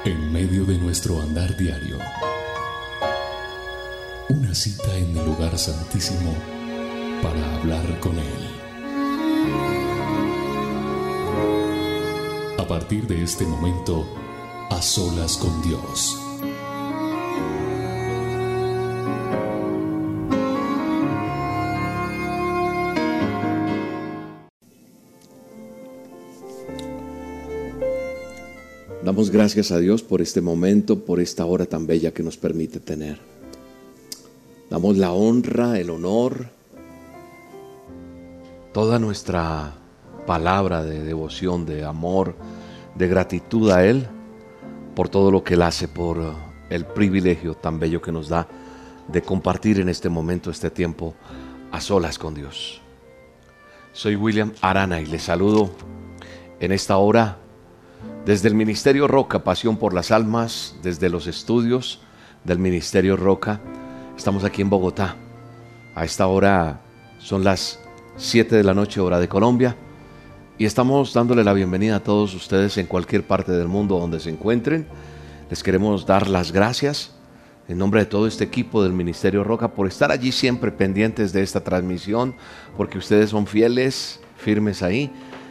En medio de nuestro andar diario, una cita en el lugar santísimo para hablar con Él. A partir de este momento, a solas con Dios. Damos gracias a Dios por este momento, por esta hora tan bella que nos permite tener. Damos la honra, el honor, toda nuestra palabra de devoción, de amor, de gratitud a Él por todo lo que Él hace, por el privilegio tan bello que nos da de compartir en este momento, este tiempo, a solas con Dios. Soy William Arana y les saludo en esta hora desde el Ministerio Roca, Pasión por las Almas, desde los estudios del Ministerio Roca. Estamos aquí en Bogotá. A esta hora son las 7 de la noche, hora de Colombia. Y estamos dándole la bienvenida a todos ustedes en cualquier parte del mundo donde se encuentren. Les queremos dar las gracias en nombre de todo este equipo del Ministerio Roca por estar allí siempre pendientes de esta transmisión, porque ustedes son fieles, firmes ahí.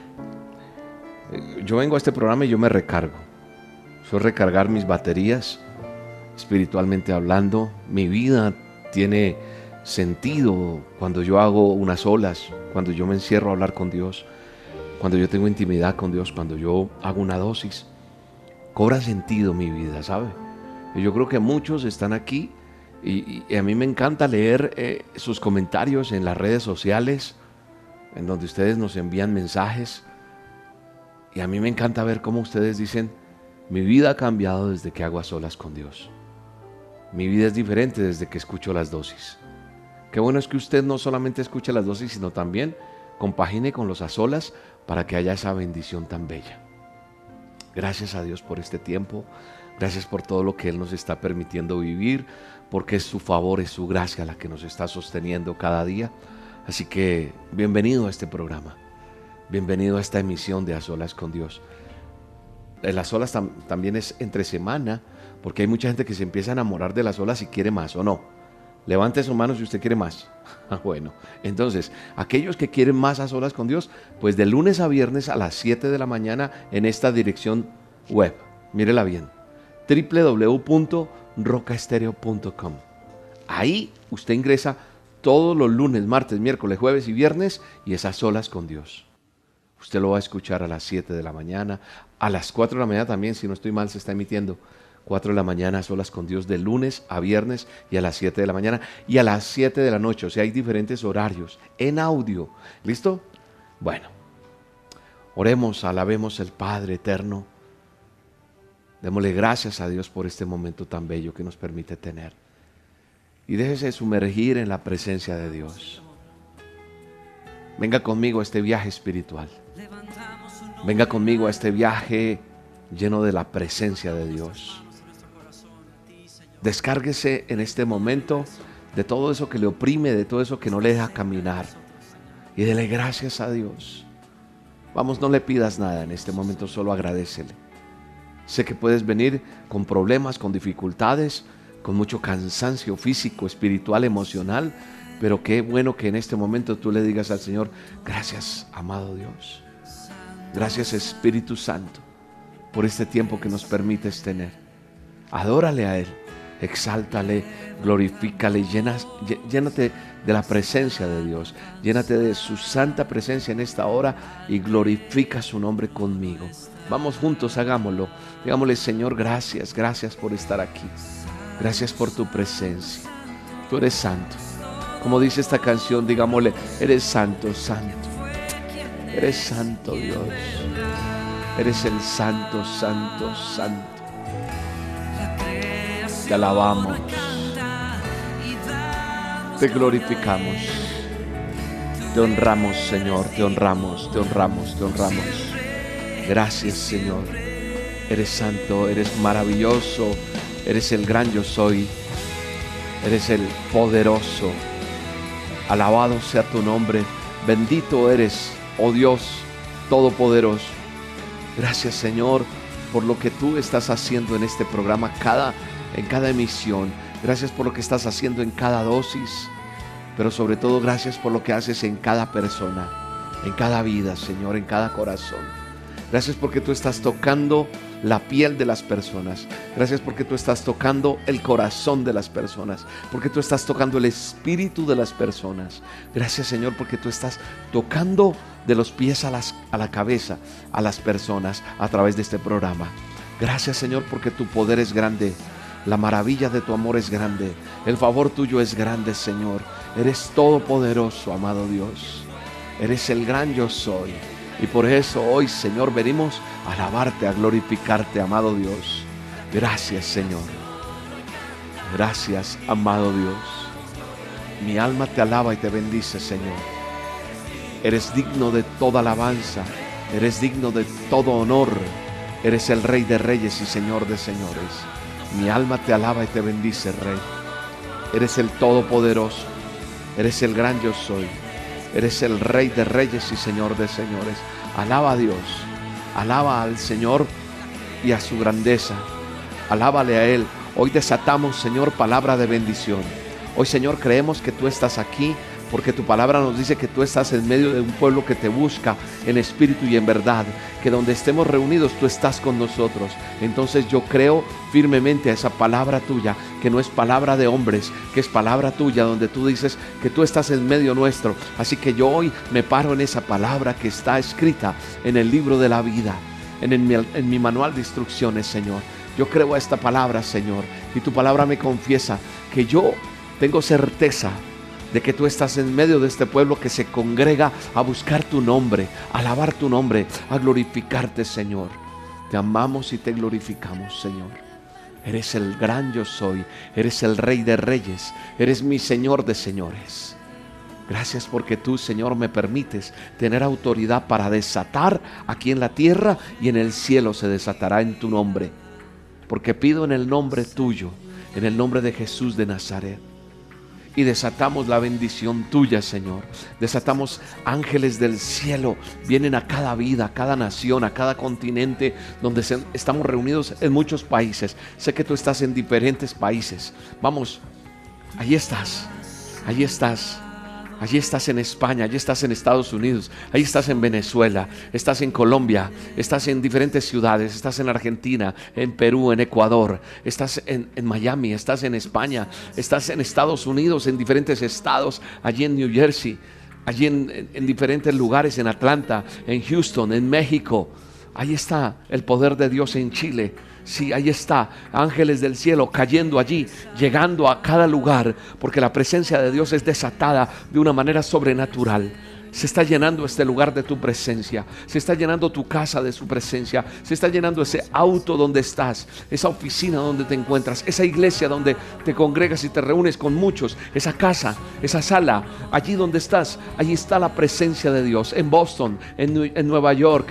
Yo vengo a este programa y yo me recargo. Soy recargar mis baterías, espiritualmente hablando. Mi vida tiene sentido cuando yo hago unas olas, cuando yo me encierro a hablar con Dios, cuando yo tengo intimidad con Dios, cuando yo hago una dosis. Cobra sentido mi vida, ¿sabe? Y yo creo que muchos están aquí y a mí me encanta leer sus comentarios en las redes sociales, en donde ustedes nos envían mensajes. Y a mí me encanta ver cómo ustedes dicen: mi vida ha cambiado desde que hago a solas con Dios. Mi vida es diferente desde que escucho las dosis. Qué bueno es que usted no solamente escuche las dosis, sino también compagine con los a solas para que haya esa bendición tan bella. Gracias a Dios por este tiempo. Gracias por todo lo que Él nos está permitiendo vivir, porque es su favor, es su gracia la que nos está sosteniendo cada día. Así que bienvenido a este programa. Bienvenido a esta emisión de A Solas con Dios. Las olas también es entre semana, porque hay mucha gente que se empieza a enamorar de las olas y quiere más, ¿o no? Levante su mano si usted quiere más. Bueno, entonces, aquellos que quieren más a solas con Dios, pues de lunes a viernes a las 7 de la mañana en esta dirección web. Mírela bien, www.rocaestereo.com. Ahí usted ingresa todos los lunes, martes, miércoles, jueves y viernes y es a solas con Dios. Usted lo va a escuchar a las 7 de la mañana, a las 4 de la mañana también, si no estoy mal, se está emitiendo 4 de la mañana a solas con Dios, de lunes a viernes, y a las 7 de la mañana y a las 7 de la noche. O sea, hay diferentes horarios en audio. ¿Listo? Bueno, oremos, alabemos al Padre eterno. Démosle gracias a Dios por este momento tan bello que nos permite tener. Y déjese sumergir en la presencia de Dios. Venga conmigo a este viaje espiritual. Venga conmigo a este viaje lleno de la presencia de Dios. Descárguese en este momento de todo eso que le oprime, de todo eso que no le deja caminar. Y dele gracias a Dios. Vamos, no le pidas nada en este momento, solo agradécele. Sé que puedes venir con problemas, con dificultades, con mucho cansancio físico, espiritual, emocional. Pero qué bueno que en este momento tú le digas al Señor: gracias, amado Dios. Gracias, Espíritu Santo, por este tiempo que nos permites tener. Adórale a Él, exáltale, glorifícale, llénate de la presencia de Dios. Llénate de su santa presencia en esta hora y glorifica su nombre conmigo. Vamos juntos, hagámoslo. Digámosle: Señor, gracias, gracias por estar aquí. Gracias por tu presencia. Tú eres santo. Como dice esta canción, digámosle: eres santo, santo. Eres santo, Dios. Eres el santo, santo, santo. Te alabamos. Te glorificamos. Te honramos, Señor. Te honramos, te honramos, te honramos. Gracias, Señor. Eres santo, eres maravilloso. Eres el gran yo soy. Eres el poderoso. Alabado sea tu nombre. Bendito eres, oh Dios Todopoderoso. Gracias, Señor, por lo que tú estás haciendo en este programa, en cada emisión. Gracias por lo que estás haciendo en cada dosis, pero sobre todo gracias por lo que haces en cada persona, en cada vida, Señor, en cada corazón. Gracias porque tú estás tocando la piel de las personas. Gracias porque tú estás tocando el corazón de las personas, porque tú estás tocando el espíritu de las personas. Gracias, Señor, porque tú estás tocando de los pies a la cabeza a las personas a través de este programa. Gracias, Señor, porque tu poder es grande, la maravilla de tu amor es grande, el favor tuyo es grande, Señor. Eres todopoderoso, amado Dios. Eres el gran yo soy. Y por eso hoy, Señor, venimos a alabarte, a glorificarte, amado Dios. Gracias, Señor. Gracias, amado Dios. Mi alma te alaba y te bendice, Señor. Eres digno de toda alabanza. Eres digno de todo honor. Eres el Rey de reyes y Señor de señores. Mi alma te alaba y te bendice, Rey. Eres el Todopoderoso. Eres el gran yo soy. Eres el Rey de reyes y Señor de señores. Alaba a Dios. Alaba al Señor y a su grandeza. Alábale a Él. Hoy desatamos, Señor, palabra de bendición. Hoy, Señor, creemos que tú estás aquí porque tu palabra nos dice que tú estás en medio de un pueblo que te busca en espíritu y en verdad, que donde estemos reunidos tú estás con nosotros. Entonces yo creo firmemente a esa palabra tuya, que no es palabra de hombres, que es palabra tuya, donde tú dices que tú estás en medio nuestro. Así que yo hoy me paro en esa palabra que está escrita en el libro de la vida, en mi manual de instrucciones, Señor. Yo creo a esta palabra, Señor, y tu palabra me confiesa que yo tengo certeza de que tú estás en medio de este pueblo que se congrega a buscar tu nombre, a alabar tu nombre, a glorificarte, Señor. Te amamos y te glorificamos, Señor. Eres el gran yo soy, eres el Rey de reyes, eres mi Señor de señores. Gracias porque tú, Señor, me permites tener autoridad para desatar aquí en la tierra y en el cielo se desatará en tu nombre. Porque pido en el nombre tuyo, en el nombre de Jesús de Nazaret. Y desatamos la bendición tuya, Señor. Desatamos ángeles del cielo. Vienen a cada vida, a cada nación, a cada continente donde estamos reunidos en muchos países. Sé que tú estás en diferentes países. Vamos, allí estás. Allí estás. Allí estás en España, allí estás en Estados Unidos, allí estás en Venezuela, estás en Colombia, estás en diferentes ciudades, estás en Argentina, en Perú, en Ecuador, estás en Miami, estás en España, estás en Estados Unidos, en diferentes estados, allí en New Jersey, allí en diferentes lugares, en Atlanta, en Houston, en México. Ahí está el poder de Dios en Chile. Sí, ahí está, ángeles del cielo cayendo allí, llegando a cada lugar, porque la presencia de Dios es desatada de una manera sobrenatural. Se está llenando este lugar de tu presencia, se está llenando tu casa de su presencia, se está llenando ese auto donde estás, esa oficina donde te encuentras, esa iglesia donde te congregas y te reúnes con muchos, esa casa, esa sala, allí donde estás, allí está la presencia de Dios, en Boston, en Nueva York.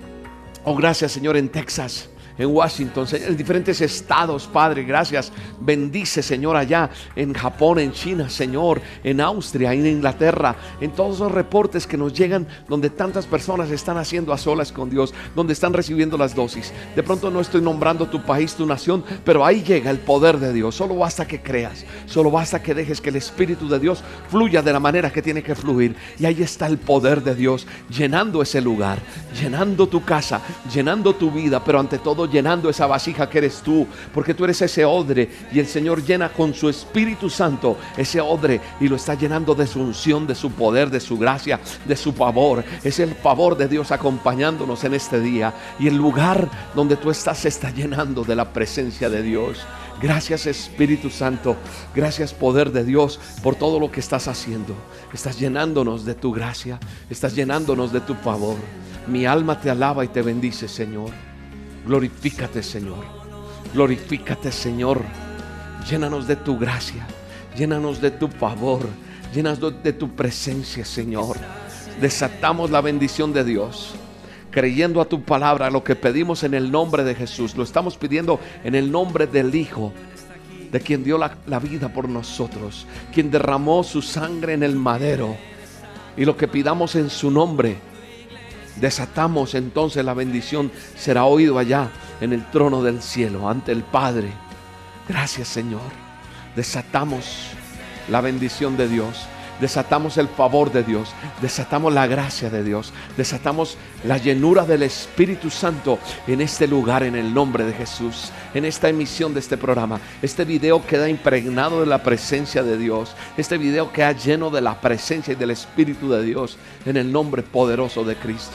Oh, gracias, Señor, en Texas, en Washington, en diferentes estados, Padre, gracias. Bendice, Señor, allá en Japón, en China, Señor, en Austria, en Inglaterra, en todos los reportes que nos llegan donde tantas personas están haciendo a solas con Dios, donde están recibiendo las dosis. De pronto no estoy nombrando tu país, tu nación, pero ahí llega el poder de Dios. Solo basta que creas, solo basta que dejes que el Espíritu de Dios fluya de la manera que tiene que fluir. Y ahí está el poder de Dios llenando ese lugar, llenando tu casa, llenando tu vida, pero ante todo llenando esa vasija que eres tú, porque tú eres ese odre y el Señor llena con su Espíritu Santo ese odre y lo está llenando de su unción, de su poder, de su gracia, de su favor. Es el favor de Dios acompañándonos en este día y el lugar donde tú estás se está llenando de la presencia de Dios. Gracias, Espíritu Santo, gracias, poder de Dios, por todo lo que estás haciendo. Estás llenándonos de tu gracia, estás llenándonos de tu favor. Mi alma te alaba y te bendice, Señor. Glorifícate, Señor. Glorifícate, Señor. Llénanos de tu gracia, llénanos de tu favor, llénanos de tu presencia, Señor. Desatamos la bendición de Dios, creyendo a tu palabra. Lo que pedimos en el nombre de Jesús, lo estamos pidiendo en el nombre del Hijo, de quien dio la vida por nosotros, quien derramó su sangre en el madero. Y lo que pidamos en su nombre, desatamos, entonces la bendición será oído allá en el trono del cielo, ante el Padre. Gracias, Señor. Desatamos la bendición de Dios. Desatamos el favor de Dios, desatamos la gracia de Dios, desatamos la llenura del Espíritu Santo en este lugar, en el nombre de Jesús, en esta emisión de este programa. Este video queda impregnado de la presencia de Dios, este video queda lleno de la presencia y del Espíritu de Dios, en el nombre poderoso de Cristo.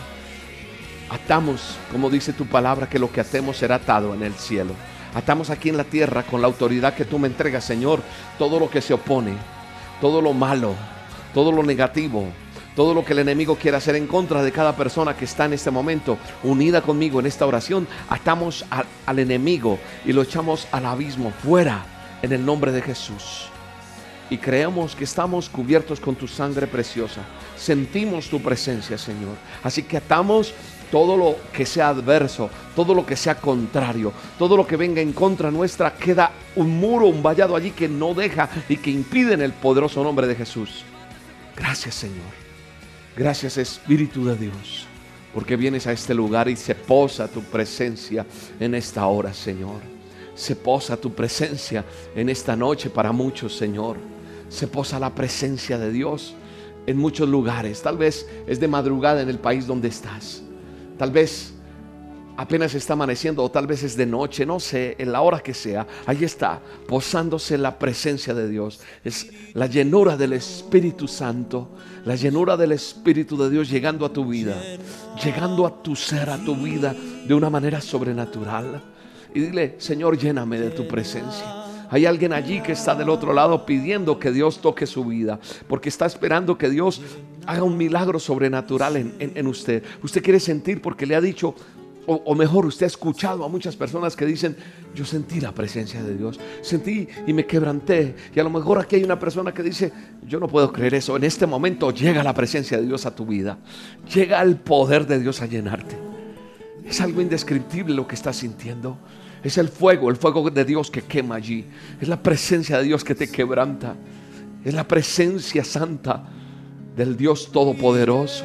Atamos, como dice tu palabra, que lo que atemos será atado en el cielo. Atamos aquí en la tierra con la autoridad que tú me entregas, Señor, todo lo que se opone, todo lo malo, todo lo negativo, todo lo que el enemigo quiere hacer en contra de cada persona que está en este momento unida conmigo en esta oración. Atamos al enemigo y lo echamos al abismo, fuera, en el nombre de Jesús. Y creemos que estamos cubiertos con tu sangre preciosa. Sentimos tu presencia, Señor. Así que atamos todo lo que sea adverso, todo lo que sea contrario, todo lo que venga en contra nuestra. Queda un muro, un vallado allí que no deja y que impide en el poderoso nombre de Jesús. Gracias, Señor. Gracias, Espíritu de Dios, porque vienes a este lugar y se posa tu presencia en esta hora, Señor. Se posa tu presencia en esta noche para muchos, Señor. Se posa la presencia de Dios en muchos lugares. Tal vez es de madrugada en el país donde estás. Tal vez apenas está amaneciendo, o tal vez es de noche, no sé, en la hora que sea. Ahí está, posándose la presencia de Dios. Es la llenura del Espíritu Santo, la llenura del Espíritu de Dios llegando a tu vida, llegando a tu ser, a tu vida de una manera sobrenatural. Y dile: Señor, lléname de tu presencia. Hay alguien allí que está del otro lado pidiendo que Dios toque su vida, porque está esperando que Dios haga un milagro sobrenatural en usted. Usted quiere sentir, porque le ha dicho, o mejor, usted ha escuchado a muchas personas que dicen: yo sentí la presencia de Dios, sentí y me quebranté. Y a lo mejor aquí hay una persona que dice: yo no puedo creer eso. En este momento llega la presencia de Dios a tu vida, llega el poder de Dios a llenarte. Es algo indescriptible lo que estás sintiendo. Es el fuego de Dios que quema allí. Es la presencia de Dios que te quebranta. Es la presencia santa del Dios Todopoderoso.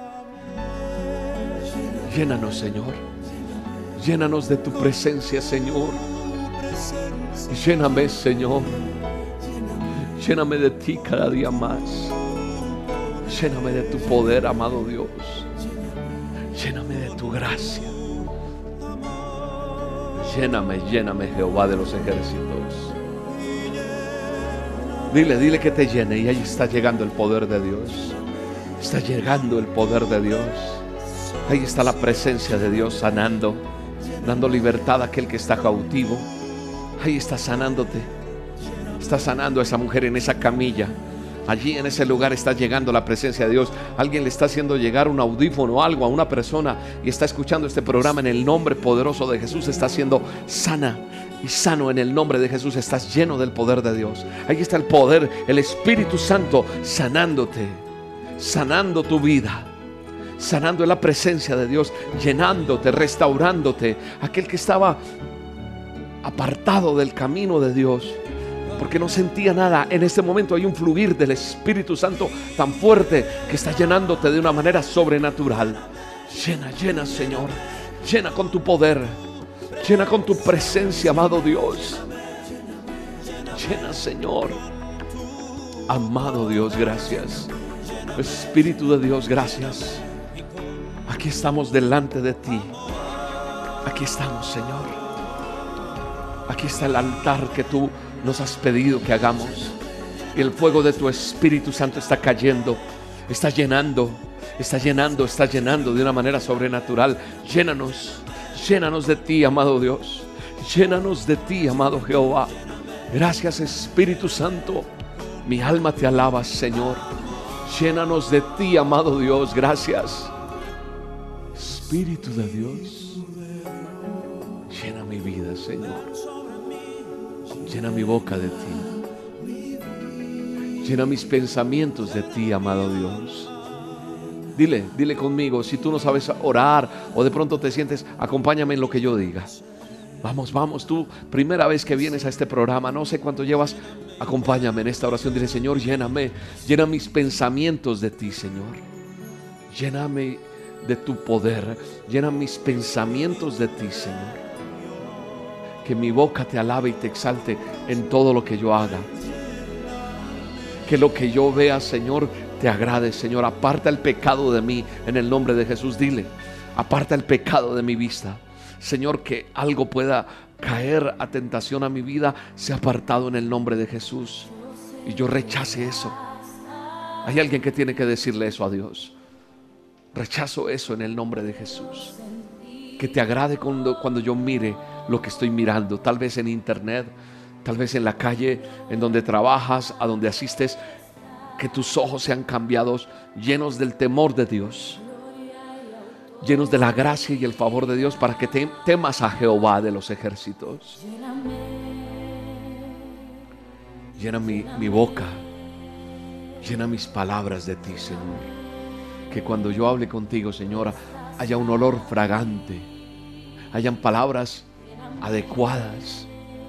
Llénanos, Señor. Llénanos de tu presencia, Señor. Lléname, Señor. Lléname de ti cada día más. Lléname de tu poder, amado Dios. Lléname de tu gracia. Lléname, lléname, Jehová de los ejércitos. Dile que te llene. Y ahí está llegando el poder de Dios. Está llegando el poder de Dios. Ahí está la presencia de Dios sanando, dando libertad a aquel que está cautivo. Ahí está sanándote. Está sanando a esa mujer en esa camilla. Allí en ese lugar está llegando la presencia de Dios. Alguien le está haciendo llegar un audífono o algo a una persona y está escuchando este programa en el nombre poderoso de Jesús. Está siendo sana y sano en el nombre de Jesús. Estás lleno del poder de Dios. Ahí está el poder, el Espíritu Santo sanándote, sanando tu vida, sanando en la presencia de Dios, llenándote, restaurándote. Aquel que estaba apartado del camino de Dios porque no sentía nada, en este momento hay un fluir del Espíritu Santo tan fuerte que está llenándote de una manera sobrenatural. Llena, Señor. Llena con tu poder. Llena con tu presencia, amado Dios. Llena, Señor. Amado Dios, gracias. Espíritu de Dios, gracias. Aquí estamos delante de ti. Aquí estamos, Señor. Aquí está el altar que tú nos has pedido que hagamos. Y el fuego de tu Espíritu Santo está cayendo, está llenando de una manera sobrenatural. Llénanos de ti, amado Dios. Llénanos de ti, amado Jehová. Gracias, Espíritu Santo. Mi alma te alaba, Señor. Llénanos de ti, amado Dios. Gracias, Espíritu de Dios. Llena mi vida, Señor. Llena mi boca de ti. Llena mis pensamientos de ti, amado Dios. Dile conmigo. Si tú no sabes orar o de pronto te sientes, acompáñame en lo que yo diga. Vamos, tú, primera vez que vienes a este programa, no sé cuánto llevas, acompáñame en esta oración. Dile: Señor, lléname, llena mis pensamientos de ti, Señor. Lléname de tu poder, llena mis pensamientos de ti, Señor. Que mi boca te alabe y te exalte en todo lo que yo haga. Que lo que yo vea, Señor, te agrade, Señor. Aparta el pecado de mí en el nombre de Jesús. Dile, aparta el pecado de mi vista. Señor, que algo pueda caer a tentación a mi vida, sea apartado en el nombre de Jesús. Y yo rechace eso. Hay alguien que tiene que decirle eso a Dios. Rechazo eso en el nombre de Jesús. Que te agrade cuando yo mire lo que estoy mirando, tal vez en internet, tal vez en la calle, en donde trabajas, a donde asistes. Que tus ojos sean cambiados, llenos del temor de Dios, llenos de la gracia y el favor de Dios, para que temas a Jehová de los ejércitos. Llena mi boca, llena mis palabras de ti, Señor. Que cuando yo hable contigo, Señora, haya un olor fragante, hayan palabras adecuadas,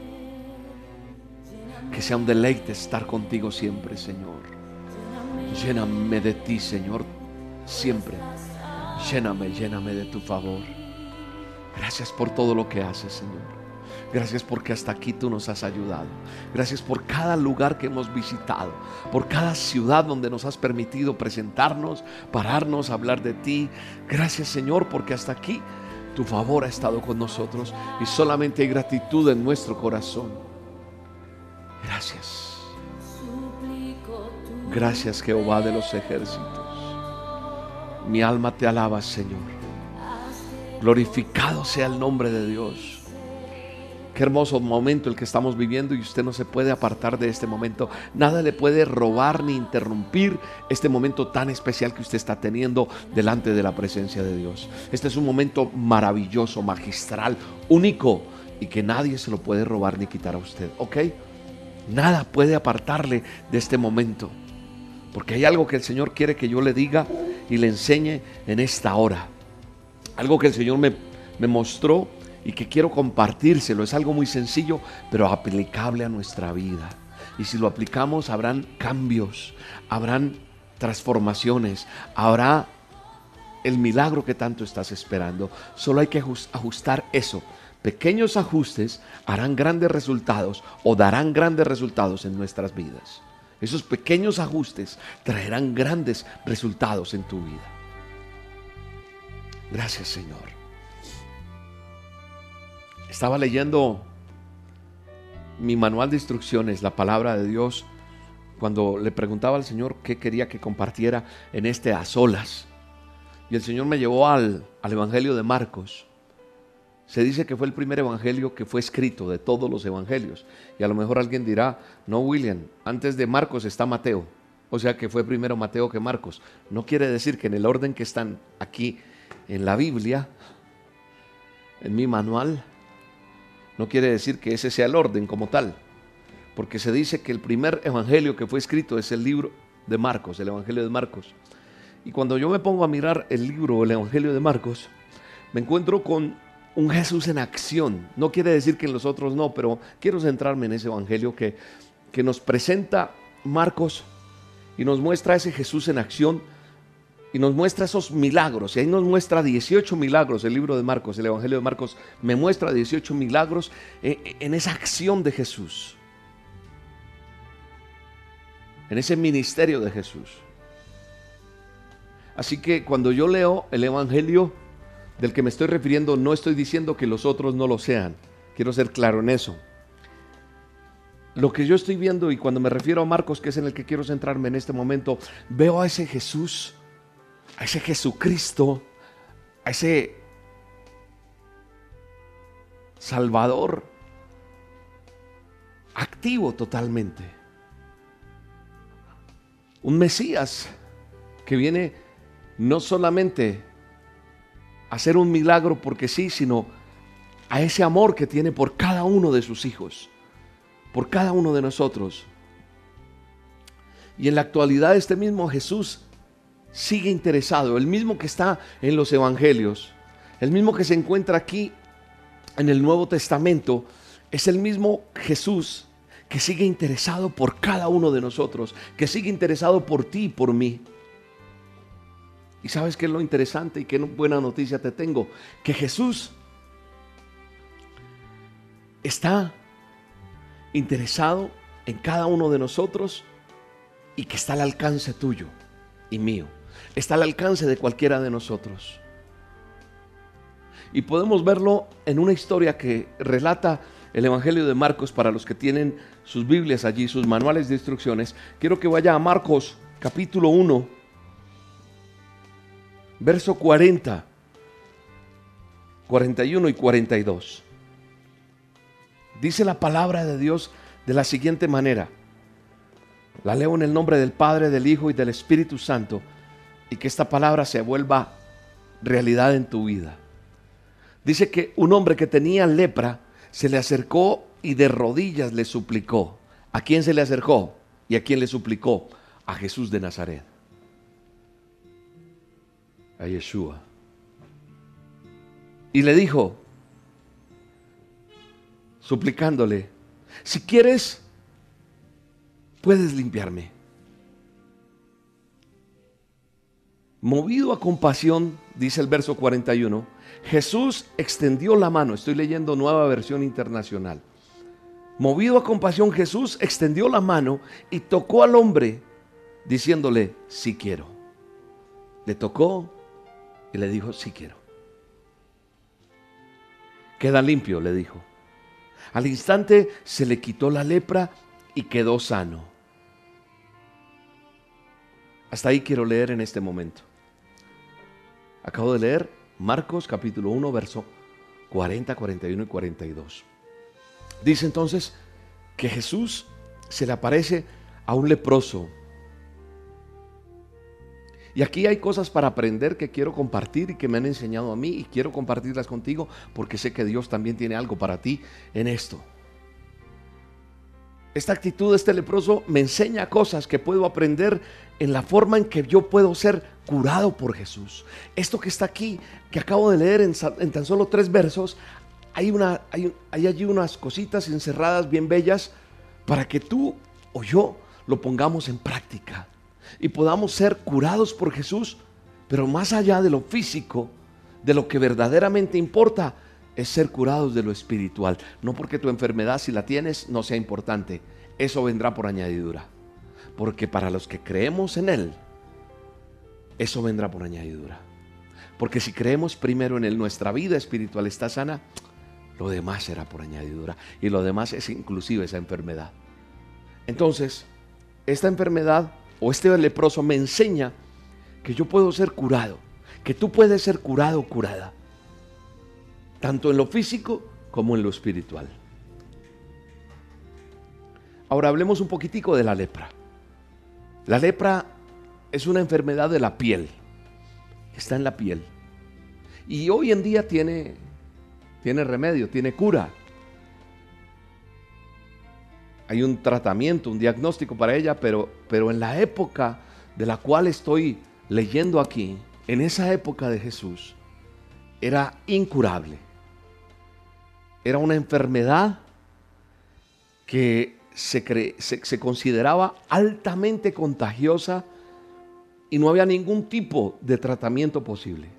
que sea un deleite estar contigo siempre, Señor. Lléname de ti, Señor, siempre. Lléname de tu favor. Gracias por todo lo que haces, Señor. Gracias porque hasta aquí tú nos has ayudado. Gracias por cada lugar que hemos visitado, por cada ciudad donde nos has permitido presentarnos, pararnos, hablar de ti. Gracias, Señor, porque hasta aquí tu favor ha estado con nosotros y solamente hay gratitud en nuestro corazón. Gracias. Gracias, Jehová de los ejércitos. Mi alma te alaba, Señor. Glorificado sea el nombre de Dios. Qué hermoso momento el que estamos viviendo, y usted no se puede apartar de este momento. Nada le puede robar ni interrumpir este momento tan especial que usted está teniendo delante de la presencia de Dios. Este es un momento maravilloso, magistral, único, y que nadie se lo puede robar ni quitar a usted, ¿ok? Nada puede apartarle de este momento, porque hay algo que el Señor quiere que yo le diga y le enseñe en esta hora. Algo que el Señor me mostró y que quiero compartírselo. Es algo muy sencillo, pero aplicable a nuestra vida. Y si lo aplicamos, habrán cambios, habrán transformaciones, habrá el milagro que tanto estás esperando. Solo hay que ajustar eso. Pequeños ajustes harán grandes resultados, o darán grandes resultados en nuestras vidas. Esos pequeños ajustes traerán grandes resultados en tu vida. Gracias, Señor. Estaba leyendo mi manual de instrucciones, la palabra de Dios, cuando le preguntaba al Señor qué quería que compartiera en este a solas. Y el Señor me llevó al Evangelio de Marcos. Se dice que fue el primer evangelio que fue escrito de todos los evangelios. Y a lo mejor alguien dirá, no, William, antes de Marcos está Mateo. O sea que fue primero Mateo que Marcos. No quiere decir que en el orden que están aquí en la Biblia, en mi manual, no quiere decir que ese sea el orden como tal. Porque se dice que el primer evangelio que fue escrito es el libro de Marcos, el evangelio de Marcos. Y cuando yo me pongo a mirar el libro, el evangelio de Marcos, me encuentro con un Jesús en acción. No quiere decir que en los otros no, pero quiero centrarme en ese evangelio que nos presenta Marcos y nos muestra ese Jesús en acción y nos muestra esos milagros. Y ahí nos muestra 18 milagros. El libro de Marcos, el evangelio de Marcos, me muestra 18 milagros en esa acción de Jesús, en ese ministerio de Jesús. Así que cuando yo leo el evangelio del que me estoy refiriendo, no estoy diciendo que los otros no lo sean. Quiero ser claro en eso. Lo que yo estoy viendo, y cuando me refiero a Marcos, que es en el que quiero centrarme en este momento, veo a ese Jesús, a ese Jesucristo, a ese Salvador activo totalmente. Un Mesías que viene no solamente hacer un milagro porque sí, sino a ese amor que tiene por cada uno de sus hijos, por cada uno de nosotros. Y en la actualidad este mismo Jesús sigue interesado, el mismo que está en los evangelios, el mismo que se encuentra aquí en el Nuevo Testamento, es el mismo Jesús que sigue interesado por cada uno de nosotros, que sigue interesado por ti y por mí. ¿Y sabes qué es lo interesante y qué buena noticia te tengo? Que Jesús está interesado en cada uno de nosotros y que está al alcance tuyo y mío. Está al alcance de cualquiera de nosotros. Y podemos verlo en una historia que relata el Evangelio de Marcos. Para los que tienen sus Biblias allí, sus manuales de instrucciones, quiero que vaya a Marcos capítulo 1, verso 40, 41 y 42. Dice la palabra de Dios de la siguiente manera. La leo en el nombre del Padre, del Hijo y del Espíritu Santo, y que esta palabra se vuelva realidad en tu vida. Dice que un hombre que tenía lepra se le acercó y de rodillas le suplicó. ¿A quién se le acercó y a quién le suplicó? A Jesús de Nazaret, a Yeshua. Y le dijo, suplicándole, si quieres, puedes limpiarme. Movido a compasión, dice el verso 41, Jesús extendió la mano. Estoy leyendo Nueva Versión Internacional. Movido a compasión, Jesús extendió la mano y tocó al hombre, diciéndole, sí quiero. Le tocó y le dijo, sí quiero. Queda limpio, le dijo. Al instante se le quitó la lepra y quedó sano. Hasta ahí quiero leer en este momento. Acabo de leer Marcos capítulo 1, verso 40, 41 y 42. Dice entonces que Jesús se le aparece a un leproso. Y aquí hay cosas para aprender que quiero compartir y que me han enseñado a mí, y quiero compartirlas contigo porque sé que Dios también tiene algo para ti en esto. Esta actitud de este leproso me enseña cosas que puedo aprender en la forma en que yo puedo ser curado por Jesús. Esto que está aquí, que acabo de leer en tan solo 3 versos, hay allí unas cositas encerradas bien bellas para que tú o yo lo pongamos en práctica y podamos ser curados por Jesús. Pero más allá de lo físico, de lo que verdaderamente importa, es ser curados de lo espiritual. No porque tu enfermedad, si la tienes, no sea importante. Eso vendrá por añadidura. Porque para los que creemos en Él, eso vendrá por añadidura. Porque si creemos primero en Él, nuestra vida espiritual está sana, lo demás será por añadidura. Y lo demás es inclusive esa enfermedad. Entonces, esta enfermedad o este leproso me enseña que yo puedo ser curado. Que tú puedes ser curado o curada. Tanto en lo físico como en lo espiritual. Ahora hablemos un poquitico de la lepra. La lepra es una enfermedad de la piel. Está en la piel. Y hoy en día tiene remedio, tiene cura. Hay un tratamiento, un diagnóstico para ella, pero en la época de la cual estoy leyendo aquí, en esa época de Jesús, era incurable. Era una enfermedad que se consideraba altamente contagiosa y no había ningún tipo de tratamiento posible.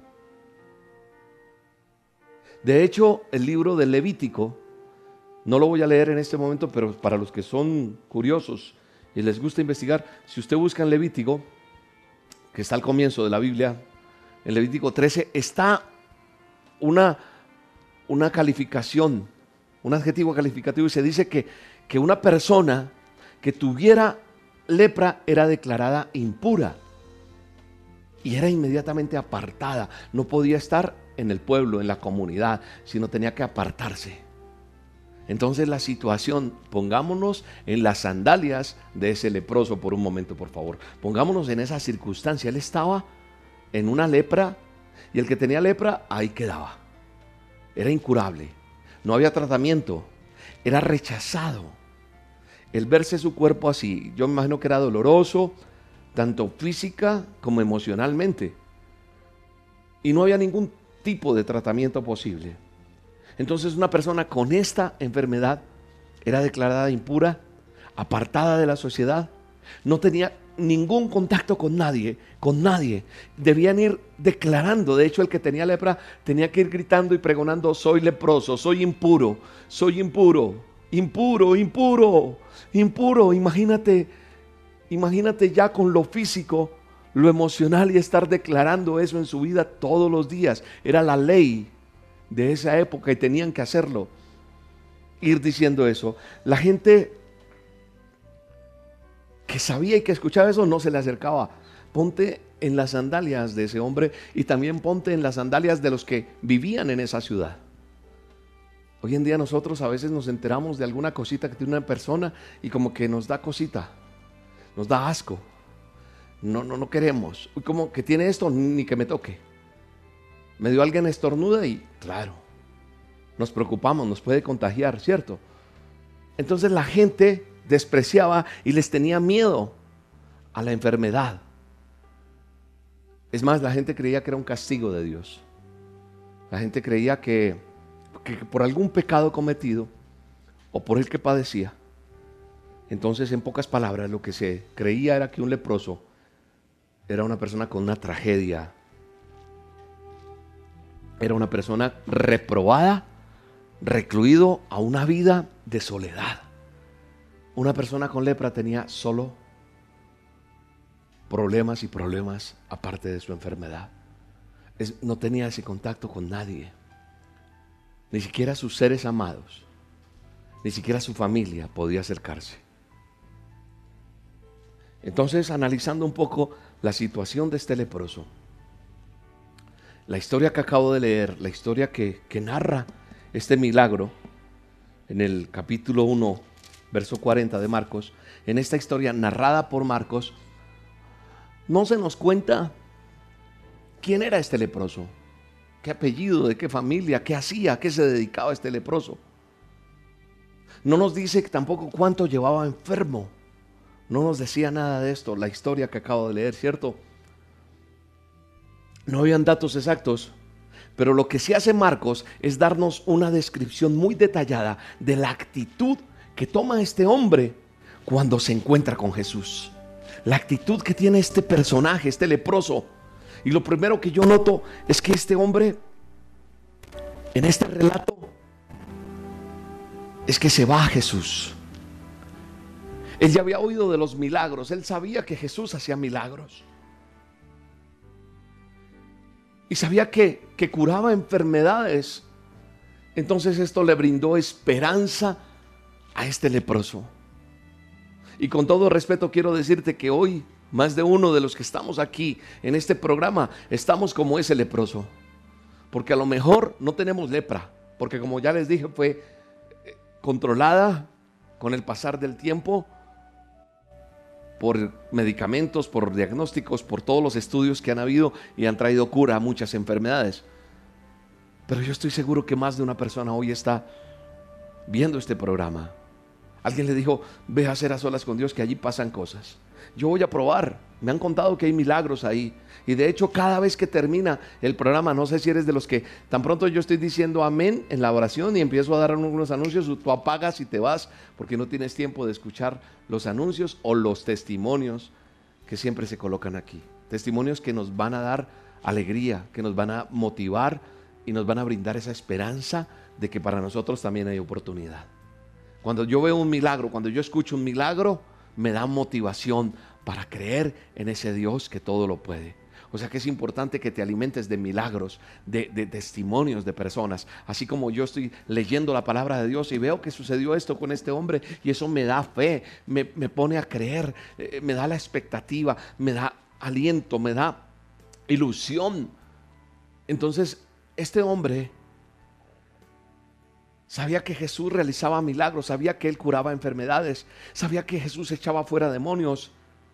De hecho, el libro del Levítico, no lo voy a leer en este momento, pero para los que son curiosos y les gusta investigar, si usted busca en Levítico, que está al comienzo de la Biblia, en Levítico 13, está una calificación, un adjetivo calificativo, y se dice que una persona que tuviera lepra era declarada impura y era inmediatamente apartada. No podía estar en el pueblo, en la comunidad, sino tenía que apartarse. Entonces la situación, pongámonos en las sandalias de ese leproso por un momento, por favor. Pongámonos en esa circunstancia. Él estaba en una lepra y el que tenía lepra ahí quedaba. Era incurable, no había tratamiento, era rechazado. El verse su cuerpo así, yo me imagino que era doloroso, tanto física como emocionalmente. Y no había ningún tipo de tratamiento posible. Entonces una persona con esta enfermedad era declarada impura, apartada de la sociedad, no tenía ningún contacto con nadie, Debían ir declarando. De hecho, el que tenía lepra tenía que ir gritando y pregonando: soy leproso, soy impuro, impuro, impuro, impuro. Imagínate ya con lo físico, lo emocional, y estar declarando eso en su vida todos los días. Era la ley de esa época y tenían que hacerlo. Ir diciendo eso. La gente que sabía y que escuchaba eso no se le acercaba. Ponte en las sandalias de ese hombre y también ponte en las sandalias de los que vivían en esa ciudad. Hoy en día nosotros a veces nos enteramos de alguna cosita que tiene una persona y como que nos da cosita, nos da asco. No queremos. Como que tiene esto, ni que me toque. Me dio alguien estornuda y claro, nos preocupamos, nos puede contagiar, ¿cierto? Entonces la gente despreciaba y les tenía miedo a la enfermedad. Es más, la gente creía que era un castigo de Dios. La gente creía que por algún pecado cometido o por el que padecía. Entonces, en pocas palabras, lo que se creía era que un leproso era una persona con una tragedia. Era una persona reprobada, recluido a una vida de soledad. Una persona con lepra tenía solo problemas y problemas aparte de su enfermedad. No tenía ese contacto con nadie, ni siquiera sus seres amados, ni siquiera su familia podía acercarse. Entonces, analizando un poco la situación de este leproso, la historia que acabo de leer, la historia que narra este milagro en el capítulo 1, verso 40 de Marcos, en esta historia narrada por Marcos, no se nos cuenta quién era este leproso, qué apellido, de qué familia, qué hacía, a qué se dedicaba este leproso. No nos dice tampoco cuánto llevaba enfermo. No nos decía nada de esto, la historia que acabo de leer, ¿cierto? No habían datos exactos, pero lo que sí hace Marcos es darnos una descripción muy detallada de la actitud que toma este hombre cuando se encuentra con Jesús. La actitud que tiene este personaje, este leproso. Y lo primero que yo noto es que este hombre, en este relato, es que se va a Jesús. Él ya había oído de los milagros, él sabía que Jesús hacía milagros. Y sabía que curaba enfermedades. Entonces esto le brindó esperanza a este leproso. Y con todo respeto quiero decirte que hoy más de uno de los que estamos aquí en este programa estamos como ese leproso. Porque a lo mejor no tenemos lepra, porque como ya les dije fue controlada con el pasar del tiempo por medicamentos, por diagnósticos, por todos los estudios que han habido y han traído cura a muchas enfermedades. Pero yo estoy seguro que más de una persona hoy está viendo este programa. Alguien le dijo: ve a hacer a solas con Dios, que allí pasan cosas. Yo voy a probar. Me han contado que hay milagros ahí. Y de hecho, cada vez que termina el programa, no sé si eres de los que tan pronto yo estoy diciendo amén en la oración y empiezo a dar unos anuncios, tú apagas y te vas porque no tienes tiempo de escuchar los anuncios o los testimonios que siempre se colocan aquí. Testimonios que nos van a dar alegría, que nos van a motivar y nos van a brindar esa esperanza de que para nosotros también hay oportunidad. Cuando yo veo un milagro, cuando yo escucho un milagro, me da motivación para creer en ese Dios que todo lo puede. O sea que es importante que te alimentes de milagros, de testimonios de personas. Así como yo estoy leyendo la palabra de Dios y veo que sucedió esto con este hombre y eso me da fe, me pone a creer, me da la expectativa, me da aliento, me da ilusión. Entonces, este hombre sabía que Jesús realizaba milagros, sabía que Él curaba enfermedades, sabía que Jesús echaba fuera demonios.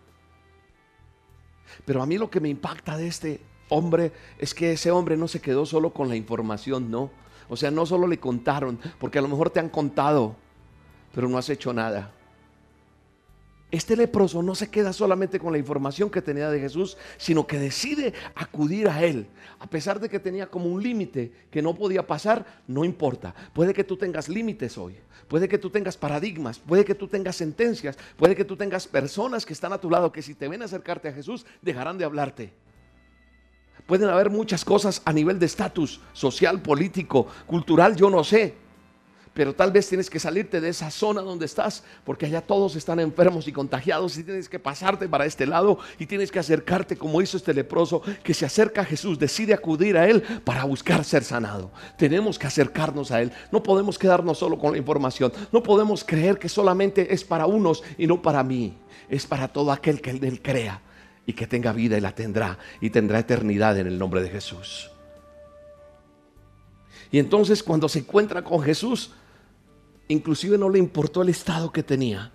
Pero a mí lo que me impacta de este hombre es que ese hombre no se quedó solo con la información, no. O sea, no solo le contaron, porque a lo mejor te han contado, pero no has hecho nada. Este leproso no se queda solamente con la información que tenía de Jesús, sino que decide acudir a Él. A pesar de que tenía como un límite que no podía pasar, no importa. Puede que tú tengas límites hoy, puede que tú tengas paradigmas, puede que tú tengas sentencias, puede que tú tengas personas que están a tu lado que si te ven acercarte a Jesús, dejarán de hablarte. Pueden haber muchas cosas a nivel de estatus social, político, cultural, yo no sé. Pero tal vez tienes que salirte de esa zona donde estás, porque allá todos están enfermos y contagiados, y tienes que pasarte para este lado y tienes que acercarte como hizo este leproso que se acerca a Jesús, decide acudir a Él para buscar ser sanado. Tenemos que acercarnos a Él. No podemos quedarnos solo con la información. No podemos creer que solamente es para unos y no para mí. Es para todo aquel que Él crea y que tenga vida, y la tendrá, y tendrá eternidad en el nombre de Jesús. Y entonces cuando se encuentra con Jesús, inclusive no le importó el estado que tenía.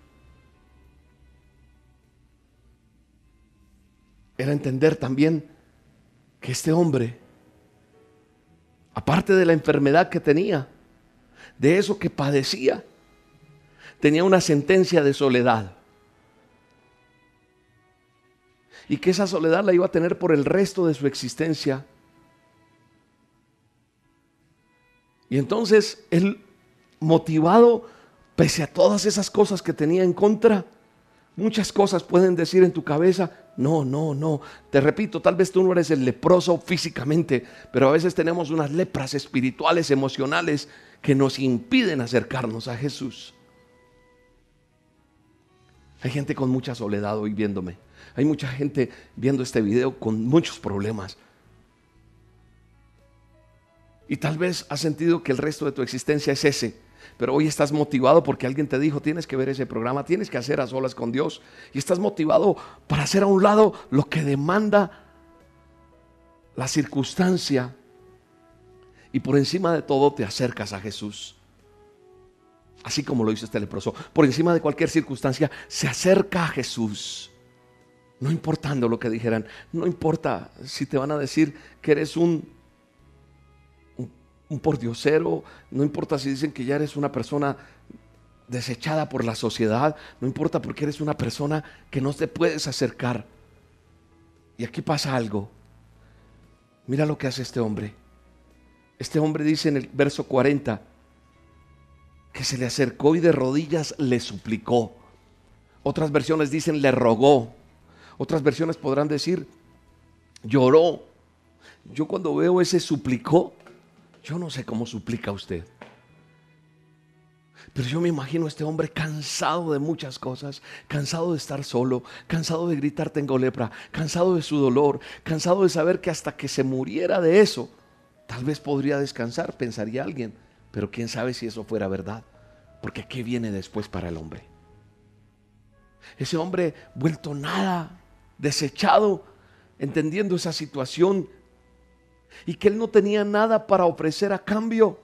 Era entender también que este hombre, aparte de la enfermedad que tenía, de eso que padecía, tenía una sentencia de soledad. Y que esa soledad la iba a tener por el resto de su existencia. Y entonces él, motivado, pese a todas esas cosas que tenía en contra, muchas cosas pueden decir en tu cabeza, no, no, no. Te repito, tal vez tú no eres el leproso físicamente, pero a veces tenemos unas lepras espirituales, emocionales, que nos impiden acercarnos a Jesús. Hay gente con mucha soledad hoy viéndome. Hay mucha gente viendo este video con muchos problemas. Y tal vez has sentido que el resto de tu existencia es ese. Pero hoy estás motivado porque alguien te dijo, tienes que ver ese programa, tienes que hacer a solas con Dios. Y estás motivado para hacer a un lado lo que demanda la circunstancia. Y por encima de todo te acercas a Jesús. Así como lo hizo este leproso. Por encima de cualquier circunstancia se acerca a Jesús. No importando lo que dijeran. No importa si te van a decir que eres un pordiosero, no importa si dicen que ya eres una persona desechada por la sociedad, no importa porque eres una persona que no te puedes acercar. Y aquí pasa algo. Mira lo que hace este hombre. Este hombre dice en el verso 40 que se le acercó y de rodillas le suplicó. Otras versiones dicen le rogó. Otras versiones podrán decir lloró. Yo cuando veo ese suplicó, yo no sé cómo suplica usted, pero yo me imagino a este hombre cansado de muchas cosas, cansado de estar solo, cansado de gritar tengo lepra, cansado de su dolor, cansado de saber que hasta que se muriera de eso, tal vez podría descansar, pensaría alguien, pero quién sabe si eso fuera verdad, porque ¿qué viene después para el hombre? Ese hombre vuelto nada, desechado, entendiendo esa situación, y que él no tenía nada para ofrecer a cambio.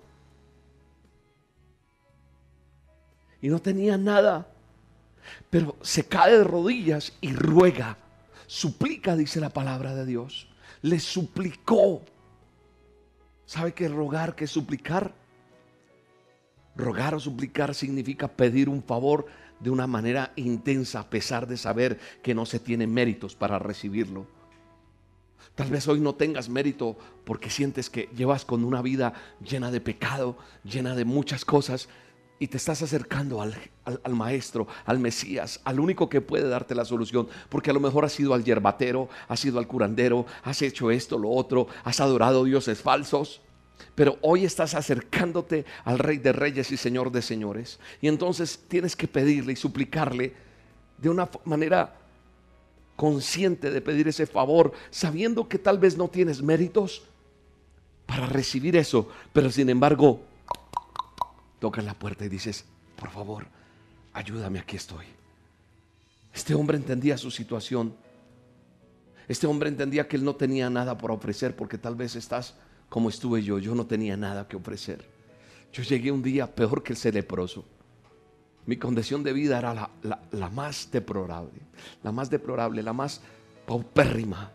Y no tenía nada. Pero se cae de rodillas y ruega. Suplica, dice la palabra de Dios. Le suplicó. ¿Sabe qué es rogar, qué es suplicar? Rogar o suplicar significa pedir un favor de una manera intensa, a pesar de saber que no se tiene méritos para recibirlo. Tal vez hoy no tengas mérito porque sientes que llevas con una vida llena de pecado, llena de muchas cosas, y te estás acercando al maestro, al Mesías, al único que puede darte la solución, porque a lo mejor has ido al yerbatero, has ido al curandero, has hecho esto, lo otro, has adorado dioses falsos, pero hoy estás acercándote al Rey de Reyes y Señor de Señores, y entonces tienes que pedirle y suplicarle de una manera consciente de pedir ese favor, sabiendo que tal vez no tienes méritos para recibir eso, pero sin embargo tocas la puerta y dices, por favor, ayúdame, aquí estoy. Este hombre entendía su situación. Este hombre entendía que él no tenía nada por ofrecer, porque tal vez estás como estuve yo no tenía nada que ofrecer. Yo llegué un día peor que ese leproso. Mi condición de vida era la más deplorable, la más paupérrima.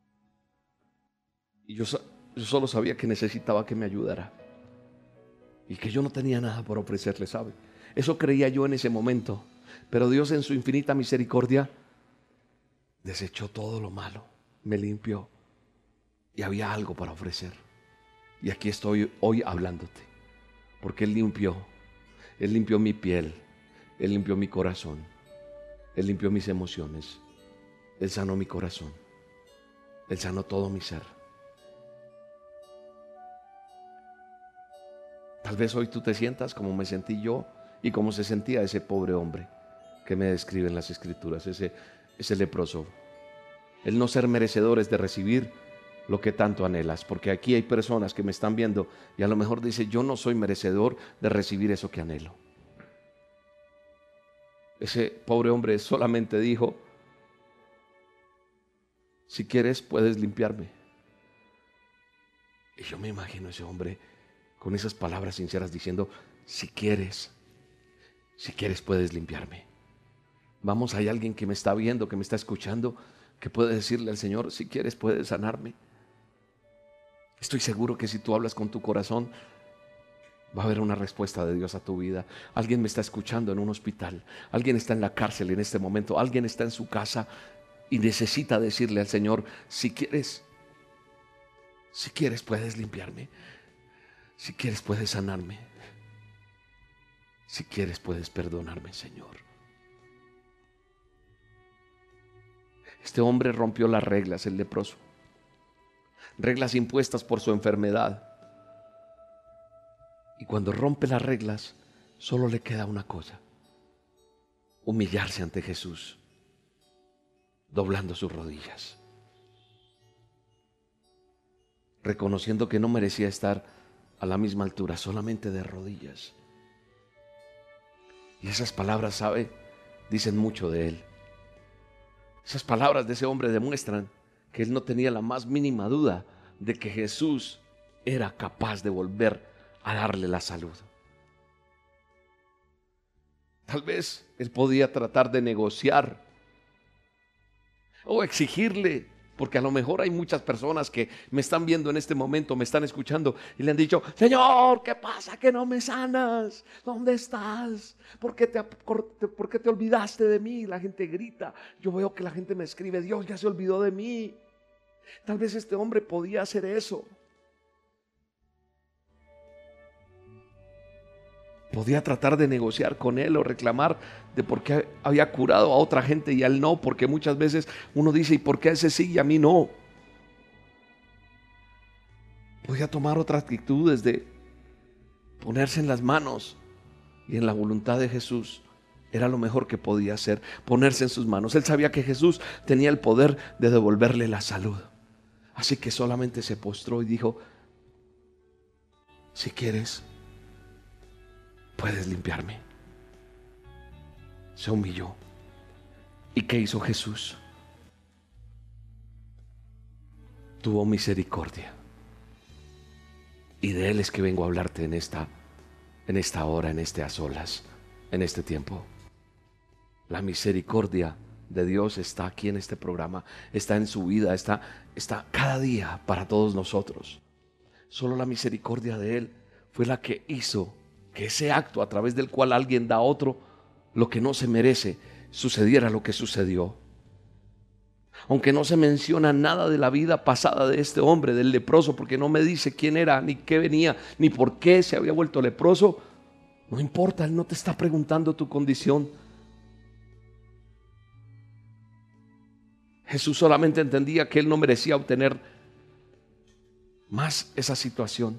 Y yo solo sabía que necesitaba que me ayudara. y que yo no tenía nada por ofrecerle, ¿sabe? Eso creía yo en ese momento. Pero Dios en su infinita misericordia desechó todo lo malo, me limpió y había algo para ofrecer. Y aquí estoy hoy hablándote, porque Él limpió mi piel, Él limpió mi corazón, Él limpió mis emociones, Él sanó mi corazón, Él sanó todo mi ser. Tal vez hoy tú te sientas como me sentí yo y como se sentía ese pobre hombre que me describen las Escrituras, ese leproso. El no ser merecedores de recibir lo que tanto anhelas, porque aquí hay personas que me están viendo y a lo mejor dice: yo no soy merecedor de recibir eso que anhelo. Ese pobre hombre solamente dijo: si quieres puedes limpiarme. Y yo me imagino a ese hombre con esas palabras sinceras diciendo: si quieres puedes limpiarme. Vamos, hay alguien que me está viendo, que me está escuchando, que puede decirle al Señor: si quieres puedes sanarme. Estoy seguro que si tú hablas con tu corazón, va a haber una respuesta de Dios a tu vida. Alguien me está escuchando en un hospital, alguien está en la cárcel en este momento, alguien está en su casa y necesita decirle al Señor: si quieres puedes limpiarme, si quieres puedes sanarme, si quieres puedes perdonarme, Señor. Este hombre rompió las reglas, el leproso, reglas impuestas por su enfermedad. Y cuando rompe las reglas, solo le queda una cosa: humillarse ante Jesús, doblando sus rodillas, reconociendo que no merecía estar a la misma altura, solamente de rodillas. Y esas palabras, ¿sabe?, dicen mucho de él. Esas palabras de ese hombre demuestran que él no tenía la más mínima duda de que Jesús era capaz de volver a darle la salud. Tal vez él podía tratar de negociar o exigirle, porque a lo mejor hay muchas personas que me están viendo en este momento, me están escuchando y le han dicho: Señor, ¿qué pasa que no me sanas? ¿Dónde estás? ¿Por qué te olvidaste de mí? La gente grita. Yo veo que la gente me escribe: Dios ya se olvidó de mí. Tal vez este hombre podía hacer eso. Podía tratar de negociar con él o reclamar de por qué había curado a otra gente y a él no, porque muchas veces uno dice: ¿y por qué a ese sí y a mí no? Podía tomar otras actitudes de ponerse en las manos y en la voluntad de Jesús. Era lo mejor que podía hacer, ponerse en sus manos. Él sabía que Jesús tenía el poder de devolverle la salud. Así que solamente se postró y dijo: si quieres puedes limpiarme. Se humilló. ¿Y qué hizo Jesús? Tuvo misericordia. Y de Él es que vengo a hablarte en esta hora, en este a solas, en este tiempo. La misericordia de Dios está aquí en este programa, está en su vida, está cada día para todos nosotros. Solo la misericordia de Él fue la que hizo que ese acto a través del cual alguien da a otro lo que no se merece, sucediera lo que sucedió. Aunque no se menciona nada de la vida pasada de este hombre, del leproso, porque no me dice quién era, ni qué venía, ni por qué se había vuelto leproso, no importa, Él no te está preguntando tu condición. Jesús solamente entendía que Él no merecía obtener más esa situación.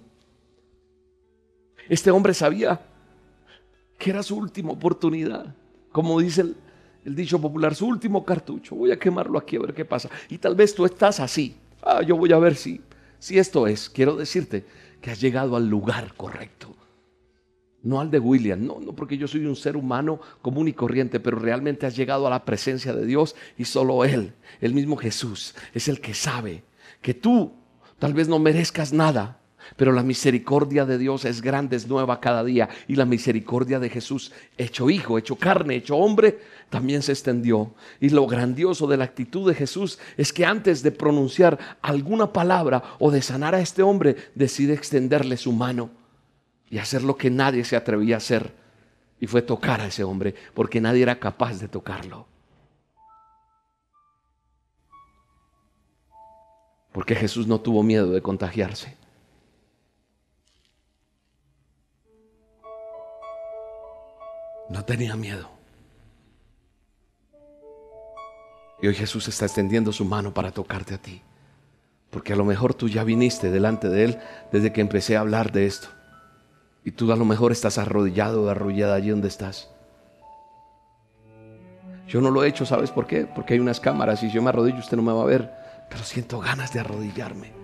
Este hombre sabía que era su última oportunidad. Como dice el dicho popular: su último cartucho. Voy a quemarlo aquí a ver qué pasa. Y tal vez tú estás así. Yo voy a ver si esto es. Quiero decirte que has llegado al lugar correcto. No al de William, no, porque yo soy un ser humano común y corriente, pero realmente has llegado a la presencia de Dios y solo Él, el mismo Jesús, es el que sabe que tú tal vez no merezcas nada, pero la misericordia de Dios es grande, es nueva cada día, y la misericordia de Jesús, hecho hijo, hecho carne, hecho hombre, también se extendió. Y lo grandioso de la actitud de Jesús es que antes de pronunciar alguna palabra o de sanar a este hombre, decide extenderle su mano. y hacer lo que nadie se atrevía a hacer, y fue tocar a ese hombre, porque nadie era capaz de tocarlo. Porque Jesús no tuvo miedo de contagiarse. No tenía miedo. Y hoy Jesús está extendiendo su mano para tocarte a ti. Porque a lo mejor tú ya viniste delante de Él desde que empecé a hablar de esto. Y tú a lo mejor estás arrodillado o arrodillada allí donde estás. Yo no lo he hecho, ¿sabes por qué? Porque hay unas cámaras y si yo me arrodillo usted no me va a ver. Pero siento ganas de arrodillarme.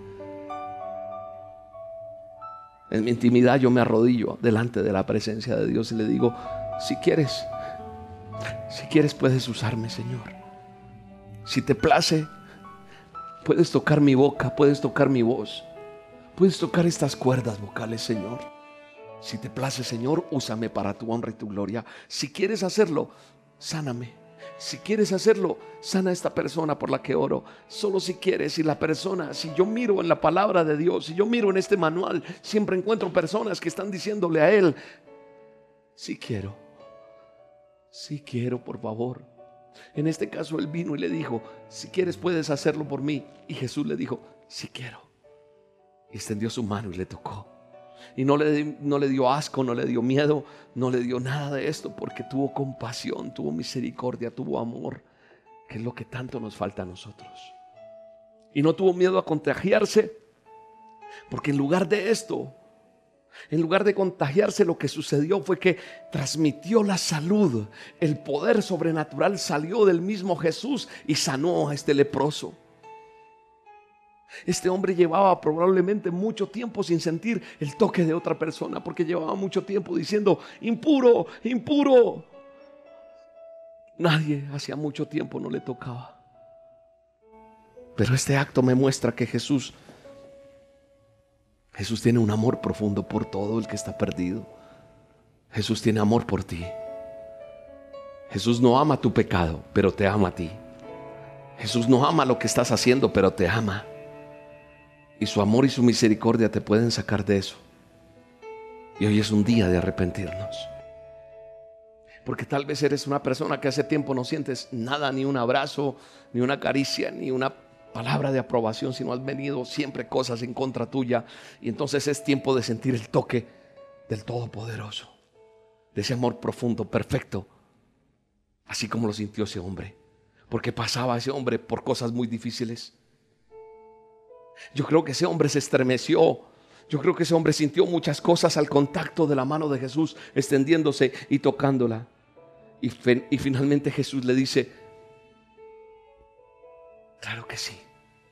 En mi intimidad yo me arrodillo delante de la presencia de Dios y le digo, si quieres puedes usarme, Señor. Si te place, puedes tocar mi boca, puedes tocar mi voz, puedes tocar estas cuerdas vocales, Señor. Si te place, Señor, úsame para tu honra y tu gloria. Si quieres hacerlo, sáname. Si quieres hacerlo, sana a esta persona por la que oro. Solo si quieres. Si la persona, si yo miro en la palabra de Dios, si yo miro en este manual, siempre encuentro personas que están diciéndole a Él, sí quiero, por favor. En este caso Él vino y le dijo, si quieres puedes hacerlo por mí. Y Jesús le dijo, sí quiero. Y extendió su mano y le tocó. Y no le dio asco, no le dio miedo, no le dio nada de esto, porque tuvo compasión, tuvo misericordia, tuvo amor, que es lo que tanto nos falta a nosotros. Y no tuvo miedo a contagiarse, porque en lugar de esto, en lugar de contagiarse, lo que sucedió fue que transmitió la salud. El poder sobrenatural salió del mismo Jesús y sanó a este leproso. Este hombre llevaba probablemente mucho tiempo sin sentir el toque de otra persona, porque llevaba mucho tiempo diciendo, impuro, impuro. Nadie hacía mucho tiempo no le tocaba. Pero este acto me muestra que Jesús tiene un amor profundo por todo el que está perdido. Jesús tiene amor por ti. Jesús no ama tu pecado, pero te ama a ti. Jesús no ama lo que estás haciendo, pero te ama. Y su amor y su misericordia te pueden sacar de eso. Y hoy es un día de arrepentirnos. Porque tal vez eres una persona que hace tiempo no sientes nada, ni un abrazo, ni una caricia, ni una palabra de aprobación, sino has venido siempre cosas en contra tuya. Y entonces es tiempo de sentir el toque del Todopoderoso, de ese amor profundo, perfecto, así como lo sintió ese hombre. Porque pasaba ese hombre por cosas muy difíciles. Yo creo que ese hombre se estremeció. Yo creo que ese hombre sintió muchas cosas al contacto de la mano de Jesús extendiéndose y tocándola. Y finalmente Jesús le dice, claro que sí.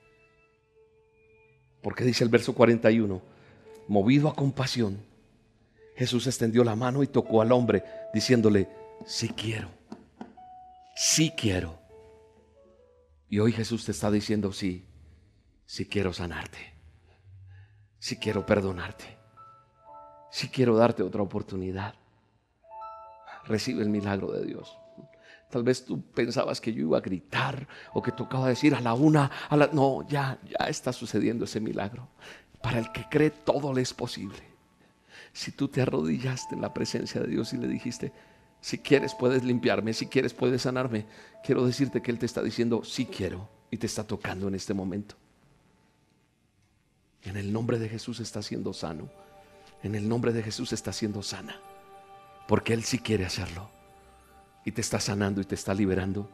Porque dice el verso 41, movido a compasión, Jesús extendió la mano y tocó al hombre diciéndole, sí quiero, sí quiero. Y hoy Jesús te está diciendo, sí quiero sanarte, sí quiero perdonarte, sí quiero darte otra oportunidad. Recibe el milagro de Dios. Tal vez tú pensabas que yo iba a gritar o que tocaba decir a la una, no, ya está sucediendo ese milagro. Para el que cree todo le es posible. Si tú te arrodillaste en la presencia de Dios y le dijiste, si quieres puedes limpiarme, si quieres puedes sanarme, quiero decirte que Él te está diciendo, sí quiero, y te está tocando en este momento. En el nombre de Jesús está siendo sano. En el nombre de Jesús está siendo sana. Porque Él sí quiere hacerlo. Y te está sanando y te está liberando.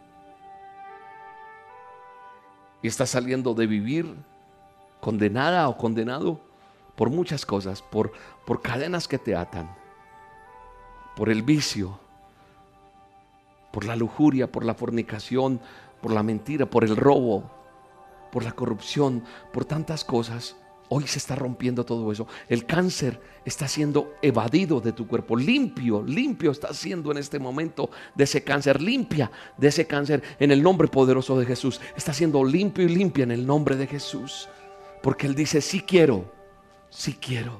Y estás saliendo de vivir condenada o condenado por muchas cosas. Por cadenas que te atan. Por el vicio. Por la lujuria, por la fornicación, por la mentira, por el robo, por la corrupción, por tantas cosas. Hoy se está rompiendo todo eso. El cáncer está siendo evadido de tu cuerpo. Limpio está siendo en este momento de ese cáncer. Limpia de ese cáncer en el nombre poderoso de Jesús. Está siendo limpio y limpia en el nombre de Jesús. Porque Él dice, sí quiero, sí quiero.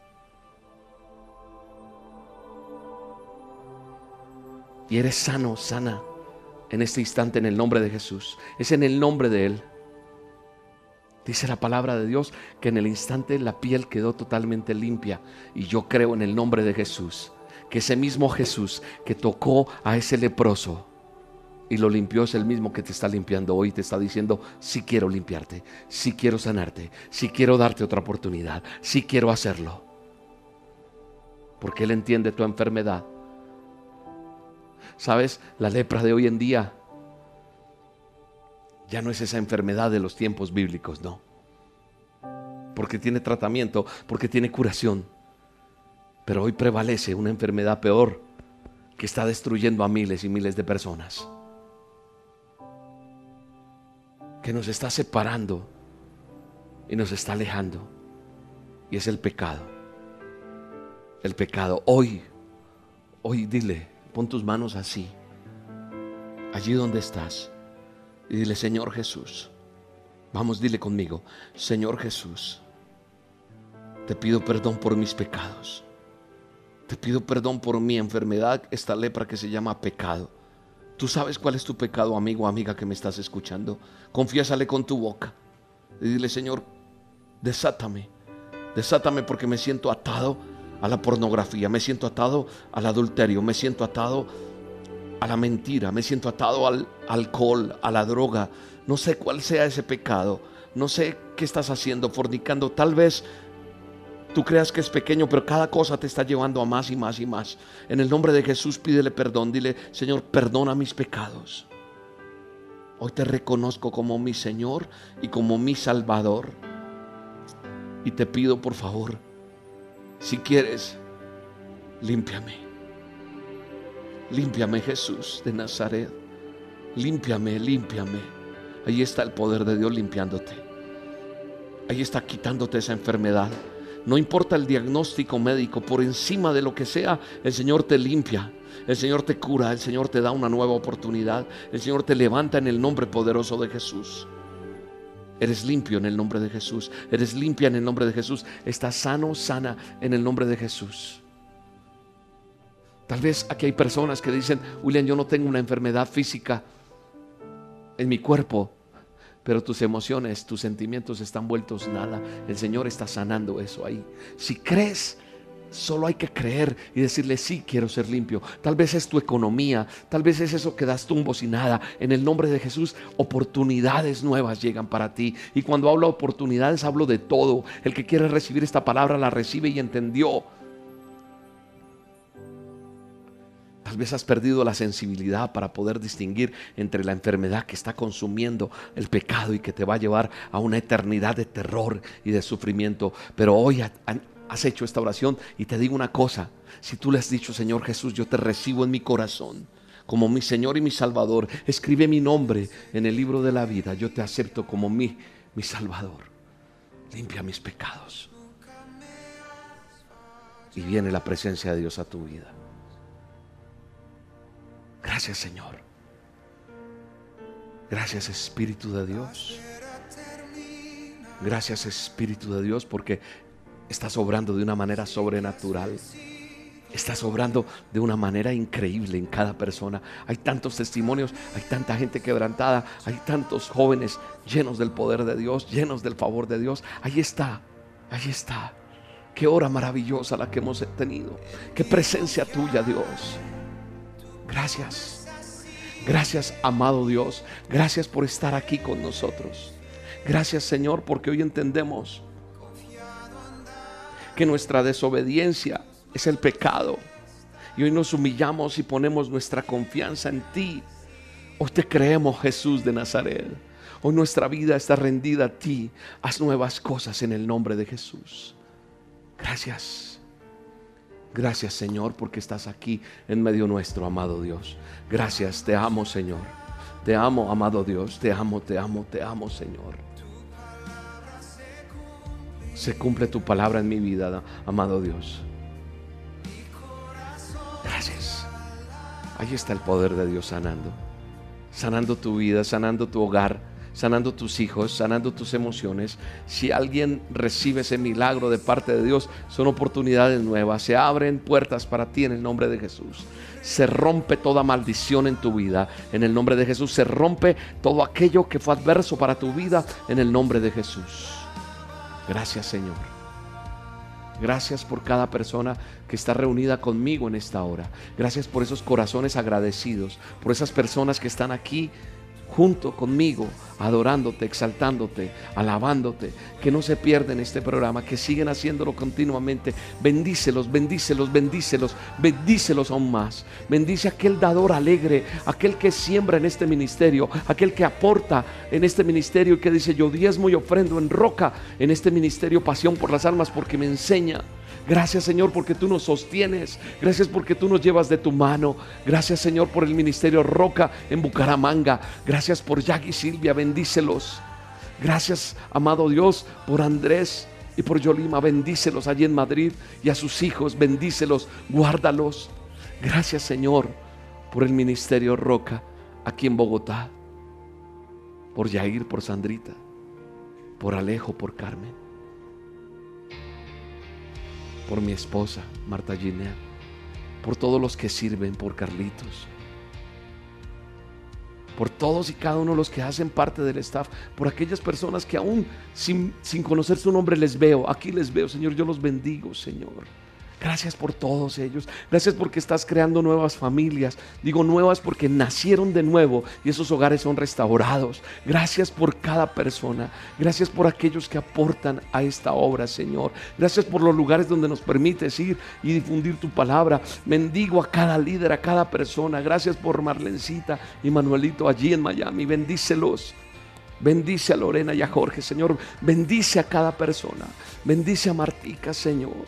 Y eres sano, sana en este instante en el nombre de Jesús. Es en el nombre de Él. Dice la palabra de Dios que en el instante la piel quedó totalmente limpia. Y yo creo en el nombre de Jesús, que ese mismo Jesús que tocó a ese leproso y lo limpió es el mismo que te está limpiando hoy. Te está diciendo: sí quiero limpiarte, sí quiero sanarte, sí quiero darte otra oportunidad, sí quiero hacerlo. Porque Él entiende tu enfermedad. ¿Sabes? La lepra de hoy en día ya no es esa enfermedad de los tiempos bíblicos, no. Porque tiene tratamiento, porque tiene curación. Pero hoy prevalece una enfermedad peor que está destruyendo a miles y miles de personas, que nos está separando y nos está alejando. Y es el pecado. El pecado. Hoy dile, pon tus manos así, allí donde estás, y dile: Señor Jesús. Vamos, dile conmigo: Señor Jesús, te pido perdón por mis pecados. Te pido perdón por mi enfermedad, esta lepra que se llama pecado. Tú sabes cuál es tu pecado, amigo o amiga que me estás escuchando. Confiésale con tu boca y dile: Señor, desátame. Desátame, porque me siento atado a la pornografía, me siento atado al adulterio, me siento atado a la mentira, me siento atado al alcohol, a la droga. No sé cuál sea ese pecado, no sé qué estás haciendo, fornicando. Tal vez tú creas que es pequeño, pero cada cosa te está llevando a más y más y más. En el nombre de Jesús, pídele perdón. Dile: Señor, perdona mis pecados. Hoy te reconozco como mi Señor y como mi Salvador. Y te pido, por favor, si quieres, límpiame. Límpiame, Jesús de Nazaret. Límpiame, límpiame. Ahí está el poder de Dios limpiándote. Ahí está quitándote esa enfermedad. No importa el diagnóstico médico, por encima de lo que sea, el Señor te limpia, el Señor te cura, el Señor te da una nueva oportunidad, el Señor te levanta en el nombre poderoso de Jesús. Eres limpio en el nombre de Jesús, eres limpia en el nombre de Jesús, estás sano, sana en el nombre de Jesús. Tal vez aquí hay personas que dicen: William, yo no tengo una enfermedad física en mi cuerpo, pero tus emociones, tus sentimientos están vueltos nada. El Señor está sanando eso ahí. Si crees, solo hay que creer y decirle: sí, quiero ser limpio. Tal vez es tu economía, tal vez es eso que das tumbos y nada. En el nombre de Jesús, oportunidades nuevas llegan para ti. Y cuando hablo de oportunidades, hablo de todo. El que quiere recibir esta palabra la recibe y entendió. Tal vez has perdido la sensibilidad para poder distinguir entre la enfermedad que está consumiendo el pecado y que te va a llevar a una eternidad de terror y de sufrimiento. Pero hoy has hecho esta oración y te digo una cosa: si tú le has dicho: Señor Jesús, yo te recibo en mi corazón como mi Señor y mi Salvador, escribe mi nombre en el libro de la vida, yo te acepto como mi Salvador, limpia mis pecados. Y viene la presencia de Dios a tu vida. Gracias, Señor. Gracias, Espíritu de Dios. Gracias, Espíritu de Dios, porque estás obrando de una manera sobrenatural. Estás obrando de una manera increíble en cada persona. Hay tantos testimonios, hay tanta gente quebrantada, hay tantos jóvenes llenos del poder de Dios, llenos del favor de Dios. Ahí está, ahí está. Qué hora maravillosa la que hemos tenido. Qué presencia tuya, Dios. Gracias. Gracias, amado Dios. Gracias por estar aquí con nosotros. Gracias, Señor, porque hoy entendemos que nuestra desobediencia es el pecado. Y hoy nos humillamos y ponemos nuestra confianza en ti. Hoy te creemos, Jesús de Nazaret. Hoy nuestra vida está rendida a ti. Haz nuevas cosas en el nombre de Jesús. Gracias. Gracias, Señor, porque estás aquí en medio nuestro, amado Dios. Gracias, te amo, Señor. Te amo, amado Dios. Te amo, te amo, te amo, Señor. Se cumple tu palabra en mi vida, amado Dios. Gracias. Ahí está el poder de Dios sanando. Sanando tu vida, sanando tu hogar, sanando tus hijos, sanando tus emociones. Si alguien recibe ese milagro de parte de Dios, son oportunidades nuevas. Se abren puertas para ti en el nombre de Jesús. Se rompe toda maldición en tu vida en el nombre de Jesús. Se rompe todo aquello que fue adverso para tu vida en el nombre de Jesús. Gracias, Señor. Gracias por cada persona que está reunida conmigo en esta hora. Gracias por esos corazones agradecidos, por esas personas que están aquí junto conmigo, adorándote, exaltándote, alabándote, que no se pierden este programa, que siguen haciéndolo continuamente. Bendícelos, bendícelos, bendícelos, bendícelos aún más. Bendice a aquel dador alegre, aquel que siembra en este ministerio, aquel que aporta en este ministerio y que dice: yo diezmo y ofrendo en Roca, en este ministerio Pasión por las Almas, porque me enseña. Gracias, Señor, porque tú nos sostienes. Gracias porque tú nos llevas de tu mano. Gracias, Señor, por el ministerio Roca en Bucaramanga. Gracias por Jack y Silvia, bendícelos. Gracias, amado Dios, por Andrés y por Yolima, bendícelos allí en Madrid, y a sus hijos, bendícelos, guárdalos. Gracias, Señor, por el ministerio Roca aquí en Bogotá, por Yair, por Sandrita, por Alejo, por Carmen, por mi esposa Marta Ginea, por todos los que sirven, por Carlitos, por todos y cada uno de los que hacen parte del staff, por aquellas personas que aún sin conocer su nombre les veo, aquí les veo, Señor, yo los bendigo, Señor. Gracias por todos ellos. Gracias porque estás creando nuevas familias. Digo nuevas porque nacieron de nuevo y esos hogares son restaurados. Gracias por cada persona. Gracias por aquellos que aportan a esta obra, Señor. Gracias por los lugares donde nos permites ir y difundir tu palabra. Bendigo a cada líder, a cada persona. Gracias por Marlencita y Manuelito allí en Miami. Bendícelos. Bendice a Lorena y a Jorge, Señor. Bendice a cada persona. Bendice a Martica, Señor,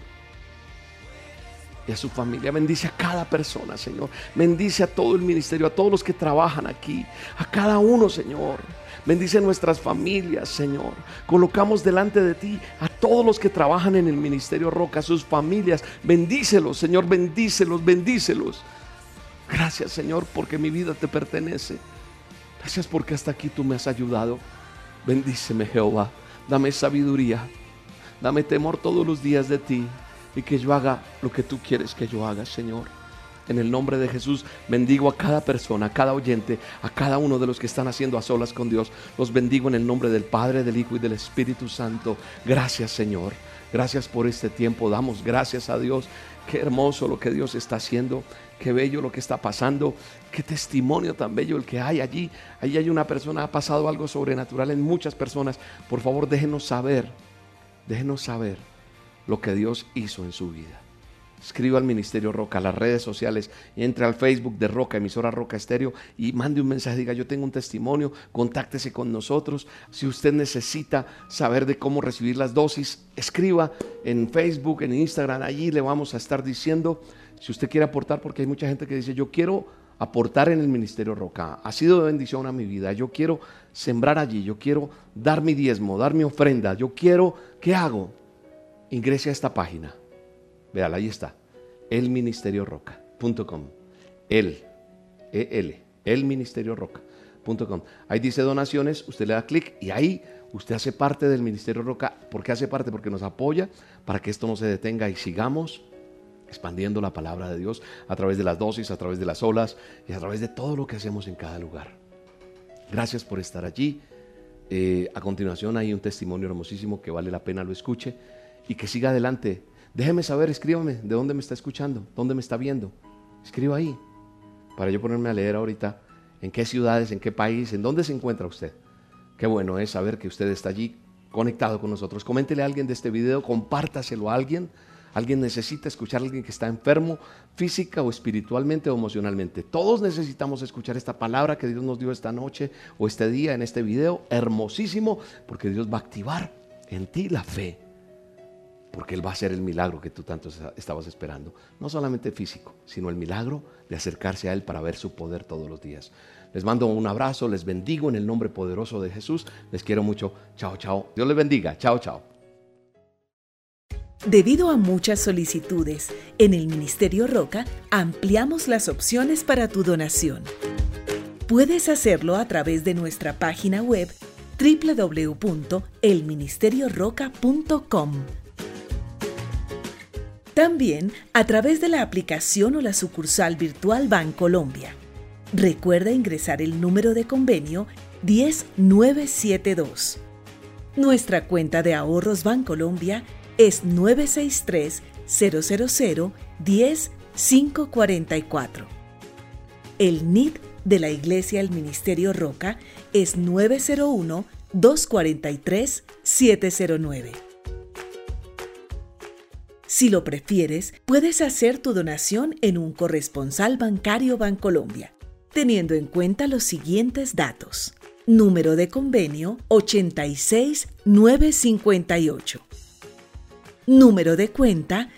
y a su familia. Bendice a cada persona, Señor. Bendice a todo el ministerio, a todos los que trabajan aquí, a cada uno, Señor. Bendice nuestras familias, Señor. Colocamos delante de ti a todos los que trabajan en el ministerio Roca, a sus familias. Bendícelos, Señor, bendícelos, bendícelos. Gracias, Señor, porque mi vida te pertenece. Gracias porque hasta aquí tú me has ayudado. Bendíceme, Jehová. Dame sabiduría. Dame temor todos los días de ti, y que yo haga lo que tú quieres que yo haga, Señor. En el nombre de Jesús, bendigo a cada persona, a cada oyente, a cada uno de los que están haciendo a solas con Dios. Los bendigo en el nombre del Padre, del Hijo y del Espíritu Santo. Gracias, Señor. Gracias por este tiempo. Damos gracias a Dios. Qué hermoso lo que Dios está haciendo. Qué bello lo que está pasando. Qué testimonio tan bello el que hay allí. Allí hay una persona, ha pasado algo sobrenatural en muchas personas. Por favor, déjenos saber. Déjenos saber lo que Dios hizo en su vida. Escriba al Ministerio Roca, a las redes sociales, entre al Facebook de Roca, emisora Roca Estéreo, y mande un mensaje, diga: yo tengo un testimonio, contáctese con nosotros. Si usted necesita saber de cómo recibir las dosis, escriba en Facebook, en Instagram, allí le vamos a estar diciendo. Si usted quiere aportar, porque hay mucha gente que dice: yo quiero aportar en el Ministerio Roca, ha sido de bendición a mi vida, yo quiero sembrar allí, yo quiero dar mi diezmo, dar mi ofrenda, yo quiero, ¿qué hago? Ingrese a esta página, véala, ahí está, elministerioroca.com, elministerioroca.com. Ahí dice donaciones, usted le da clic y ahí usted hace parte del Ministerio Roca. ¿Por qué hace parte? Porque nos apoya para que esto no se detenga y sigamos expandiendo la palabra de Dios a través de las dosis, a través de las olas y a través de todo lo que hacemos en cada lugar. Gracias por estar allí. A continuación hay un testimonio hermosísimo que vale la pena lo escuche y que siga adelante. Déjeme saber, escríbame de dónde me está escuchando, dónde me está viendo. Escriba ahí para yo ponerme a leer ahorita en qué ciudades, en qué país, en dónde se encuentra usted. Qué bueno es saber que usted está allí conectado con nosotros. Coméntele a alguien de este video, compártaselo a alguien. Alguien necesita escuchar a alguien que está enfermo física o espiritualmente o emocionalmente. Todos necesitamos escuchar esta palabra que Dios nos dio esta noche o este día en este video. Hermosísimo, porque Dios va a activar en ti la fe. Porque Él va a hacer el milagro que tú tanto estabas esperando. No solamente físico, sino el milagro de acercarse a Él para ver su poder todos los días. Les mando un abrazo, les bendigo en el nombre poderoso de Jesús. Les quiero mucho. Chao, chao. Dios les bendiga. Chao, chao. Debido a muchas solicitudes, en el Ministerio Roca ampliamos las opciones para tu donación. Puedes hacerlo a través de nuestra página web www.elministerioroca.com. También a través de la aplicación o la sucursal virtual Bancolombia. Recuerda ingresar el número de convenio 10972. Nuestra cuenta de ahorros Bancolombia es 963-000-10-544. El NID de la Iglesia del Ministerio Roca es 901-243-709. Si lo prefieres, puedes hacer tu donación en un corresponsal bancario Bancolombia, teniendo en cuenta los siguientes datos. Número de convenio 86958. Número de cuenta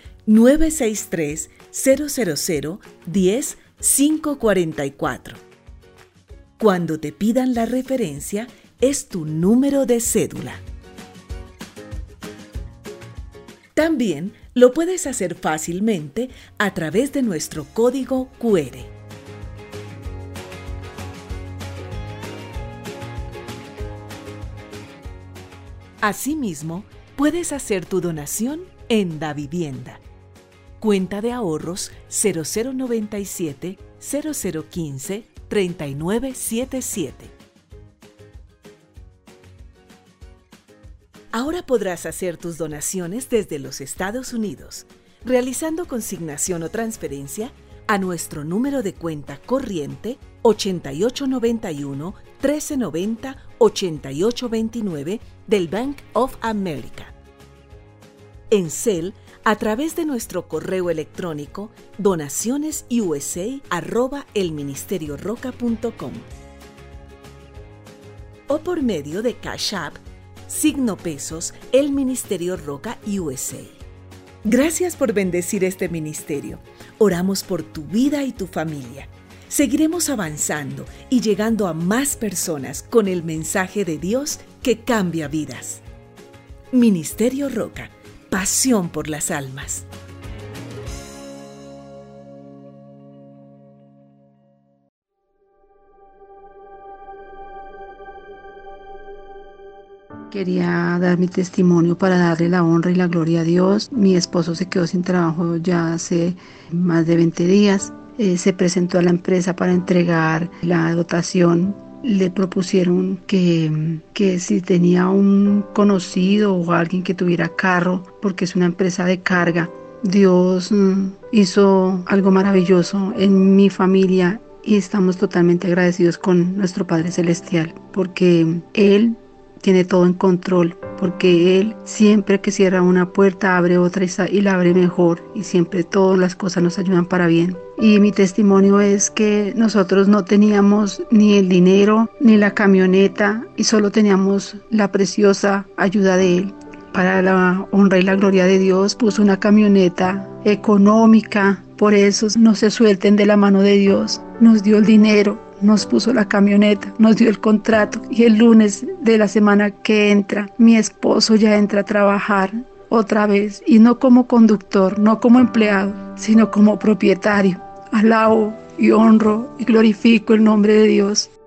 963-000-10-544. Cuando te pidan la referencia, es tu número de cédula. También lo puedes hacer fácilmente a través de nuestro código QR. Asimismo, puedes hacer tu donación en Davivienda. Cuenta de ahorros 0097 0015 3977. Ahora podrás hacer tus donaciones desde los Estados Unidos, realizando consignación o transferencia a nuestro número de cuenta corriente 8891 1390 8829 del Bank of America. En Zelle, a través de nuestro correo electrónico donacionesusa@elministerioroca.com o por medio de Cash App, !pesos, El Ministerio Roca USA. Gracias por bendecir este ministerio. Oramos por tu vida y tu familia. Seguiremos avanzando y llegando a más personas con el mensaje de Dios que cambia vidas. Ministerio Roca, pasión por las almas. Quería dar mi testimonio para darle la honra y la gloria a Dios. Mi esposo se quedó sin trabajo ya hace más de 20 días. Se presentó a la empresa para entregar la dotación. Le propusieron que si tenía un conocido o alguien que tuviera carro, porque es una empresa de carga. Dios hizo algo maravilloso en mi familia y estamos totalmente agradecidos con nuestro Padre Celestial, porque Él tiene todo en control, porque Él siempre que cierra una puerta abre otra y la abre mejor, y siempre todas las cosas nos ayudan para bien. Y mi testimonio es que nosotros no teníamos ni el dinero ni la camioneta y solo teníamos la preciosa ayuda de Él. Para la honra y la gloria de Dios puso una camioneta económica, por eso no se suelten de la mano de Dios. Nos dio el dinero, nos puso la camioneta, nos dio el contrato y el lunes de la semana que entra, mi esposo ya entra a trabajar otra vez y no como conductor, no como empleado, sino como propietario. Alabo y honro y glorifico el nombre de Dios.